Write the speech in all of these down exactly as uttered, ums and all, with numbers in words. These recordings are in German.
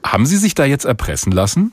Haben Sie sich da jetzt erpressen lassen?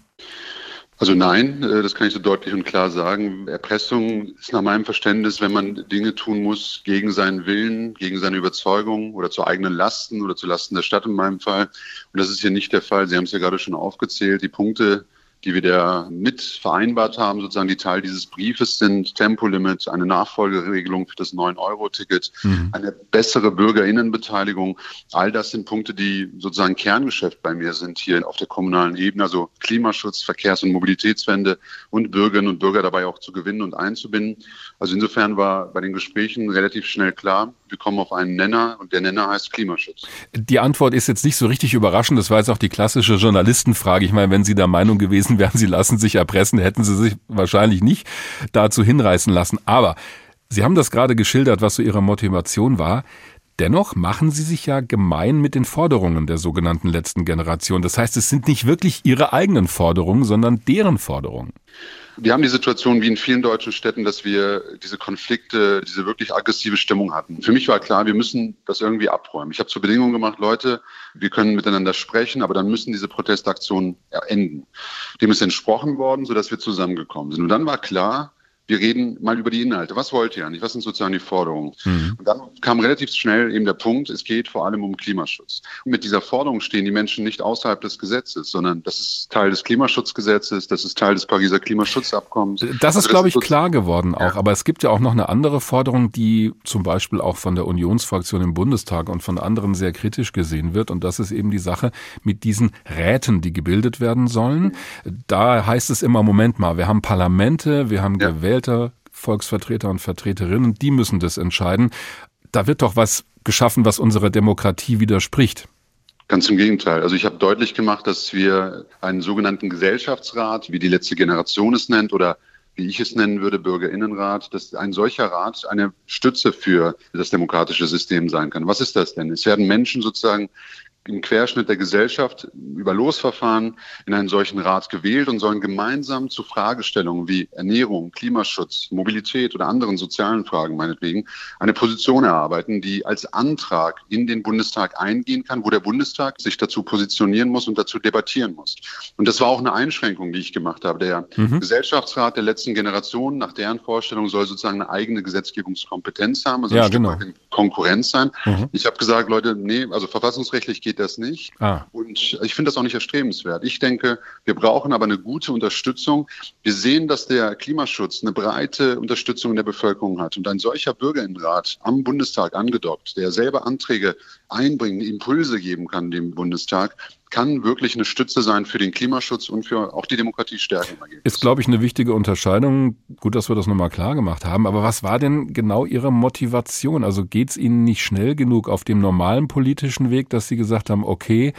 Also nein, das kann ich so deutlich und klar sagen. Erpressung ist nach meinem Verständnis, wenn man Dinge tun muss gegen seinen Willen, gegen seine Überzeugung oder zu eigenen Lasten oder zu Lasten der Stadt in meinem Fall. Und das ist hier nicht der Fall. Sie haben es ja gerade schon aufgezählt. Die Punkte, die wir da mit vereinbart haben, sozusagen die Teil dieses Briefes sind Tempolimit, eine Nachfolgeregelung für das neun Euro Ticket, mhm. eine bessere BürgerInnenbeteiligung. All das sind Punkte, die sozusagen Kerngeschäft bei mir sind hier auf der kommunalen Ebene, also Klimaschutz, Verkehrs- und Mobilitätswende und Bürgerinnen und Bürger dabei auch zu gewinnen und einzubinden. Also insofern war bei den Gesprächen relativ schnell klar, wir kommen auf einen Nenner und der Nenner heißt Klimaschutz. Die Antwort ist jetzt nicht so richtig überraschend. Das war jetzt auch die klassische Journalistenfrage. Ich meine, wenn Sie der Meinung gewesen wären, Sie lassen sich erpressen, hätten Sie sich wahrscheinlich nicht dazu hinreißen lassen. Aber Sie haben das gerade geschildert, was so Ihre Motivation war. Dennoch machen Sie sich ja gemein mit den Forderungen der sogenannten letzten Generation. Das heißt, es sind nicht wirklich Ihre eigenen Forderungen, sondern deren Forderungen. Wir haben die Situation wie in vielen deutschen Städten, dass wir diese Konflikte, diese wirklich aggressive Stimmung hatten. Für mich war klar, wir müssen das irgendwie abräumen. Ich habe zur Bedingung gemacht, Leute, wir können miteinander sprechen, aber dann müssen diese Protestaktionen enden. Dem ist entsprochen worden, sodass wir zusammengekommen sind. Und dann war klar, wir reden mal über die Inhalte. Was wollt ihr eigentlich? Was sind sozusagen die Forderungen? Mhm. Und dann kam relativ schnell eben der Punkt, es geht vor allem um Klimaschutz. Und mit dieser Forderung stehen die Menschen nicht außerhalb des Gesetzes, sondern das ist Teil des Klimaschutzgesetzes, das ist Teil des Pariser Klimaschutzabkommens. Das ist, also, glaube ich, klar geworden auch. Ja. Aber es gibt ja auch noch eine andere Forderung, die zum Beispiel auch von der Unionsfraktion im Bundestag und von anderen sehr kritisch gesehen wird. Und das ist eben die Sache mit diesen Räten, die gebildet werden sollen. Da heißt es immer, Moment mal, wir haben Parlamente, wir haben ja. gewählt, Volksvertreter und Vertreterinnen, die müssen das entscheiden. Da wird doch was geschaffen, was unserer Demokratie widerspricht. Ganz im Gegenteil. Also ich habe deutlich gemacht, dass wir einen sogenannten Gesellschaftsrat, wie die letzte Generation es nennt, oder wie ich es nennen würde, Bürgerinnenrat, dass ein solcher Rat eine Stütze für das demokratische System sein kann. Was ist das denn? Es werden Menschen sozusagen im Querschnitt der Gesellschaft über Losverfahren in einen solchen Rat gewählt und sollen gemeinsam zu Fragestellungen wie Ernährung, Klimaschutz, Mobilität oder anderen sozialen Fragen meinetwegen eine Position erarbeiten, die als Antrag in den Bundestag eingehen kann, wo der Bundestag sich dazu positionieren muss und dazu debattieren muss. Und das war auch eine Einschränkung, die ich gemacht habe. Der mhm. Gesellschaftsrat der letzten Generation, nach deren Vorstellung, soll sozusagen eine eigene Gesetzgebungskompetenz haben, also ja, ein Stück genau. weit in Konkurrenz sein. Mhm. Ich habe gesagt, Leute, nee, also verfassungsrechtlich geht das nicht. Ah. Und ich finde das auch nicht erstrebenswert. Ich denke, wir brauchen aber eine gute Unterstützung. Wir sehen, dass der Klimaschutz eine breite Unterstützung in der Bevölkerung hat. Und ein solcher Bürgerinnenrat am Bundestag angedockt, der selber Anträge einbringen, Impulse geben kann dem Bundestag, kann wirklich eine Stütze sein für den Klimaschutz und für auch die Demokratie stärken. Ist, glaube ich, eine wichtige Unterscheidung. Gut, dass wir das nochmal klar gemacht haben. Aber was war denn genau Ihre Motivation? Also geht es Ihnen nicht schnell genug auf dem normalen politischen Weg, dass Sie gesagt haben, okay,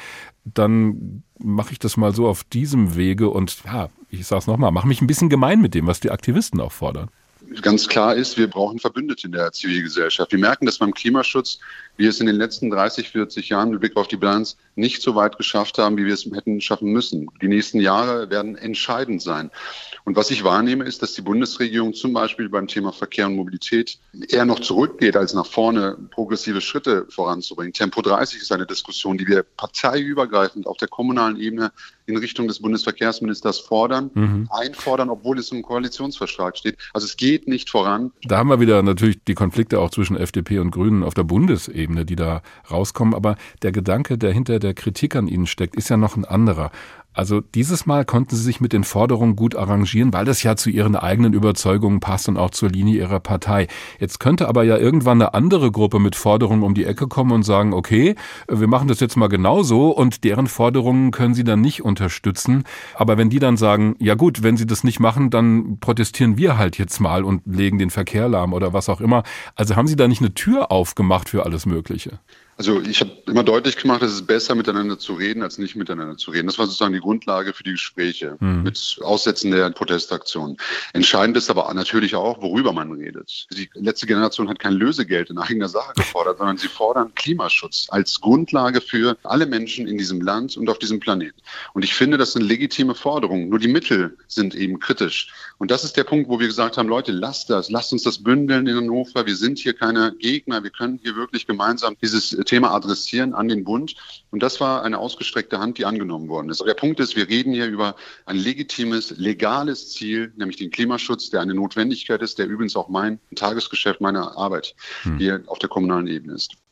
dann mache ich das mal so auf diesem Wege und ja, ich sage es nochmal, mache mich ein bisschen gemein mit dem, was die Aktivisten auch fordern. Ganz klar ist, wir brauchen Verbündete in der Zivilgesellschaft. Wir merken, dass beim Klimaschutz wir es in den letzten dreißig, vierzig Jahren mit Blick auf die Bilanz nicht so weit geschafft haben, wie wir es hätten schaffen müssen. Die nächsten Jahre werden entscheidend sein. Und was ich wahrnehme, ist, dass die Bundesregierung zum Beispiel beim Thema Verkehr und Mobilität eher noch zurückgeht, als nach vorne progressive Schritte voranzubringen. Tempo dreißig ist eine Diskussion, die wir parteiübergreifend auf der kommunalen Ebene in Richtung des Bundesverkehrsministers fordern, mhm. einfordern, obwohl es im Koalitionsvertrag steht. Also es geht nicht voran. Da haben wir wieder natürlich die Konflikte auch zwischen F D P und Grünen auf der Bundesebene, die da rauskommen. Aber der Gedanke, der hinter der Kritik an Ihnen steckt, ist ja noch ein anderer. Also dieses Mal konnten Sie sich mit den Forderungen gut arrangieren, weil das ja zu Ihren eigenen Überzeugungen passt und auch zur Linie Ihrer Partei. Jetzt könnte aber ja irgendwann eine andere Gruppe mit Forderungen um die Ecke kommen und sagen, okay, wir machen das jetzt mal genauso und deren Forderungen können Sie dann nicht unterstützen. Aber wenn die dann sagen, ja gut, wenn Sie das nicht machen, dann protestieren wir halt jetzt mal und legen den Verkehr lahm oder was auch immer. Also haben Sie da nicht eine Tür aufgemacht für alles Mögliche? Also ich habe immer deutlich gemacht, es ist besser, miteinander zu reden, als nicht miteinander zu reden. Das war sozusagen die Grundlage für die Gespräche mhm. mit Aussetzen der Protestaktionen. Entscheidend ist aber natürlich auch, worüber man redet. Die letzte Generation hat kein Lösegeld in eigener Sache gefordert, sondern sie fordern Klimaschutz als Grundlage für alle Menschen in diesem Land und auf diesem Planeten. Und ich finde, das sind legitime Forderungen. Nur die Mittel sind eben kritisch. Und das ist der Punkt, wo wir gesagt haben, Leute, lasst das, lasst uns das bündeln in Hannover. Wir sind hier keine Gegner. Wir können hier wirklich gemeinsam dieses Thema adressieren an den Bund. Und das war eine ausgestreckte Hand, die angenommen worden ist. Aber der Punkt ist, wir reden hier über ein legitimes, legales Ziel, nämlich den Klimaschutz, der eine Notwendigkeit ist, der übrigens auch mein Tagesgeschäft, meine Arbeit hier hm. auf der kommunalen Ebene ist.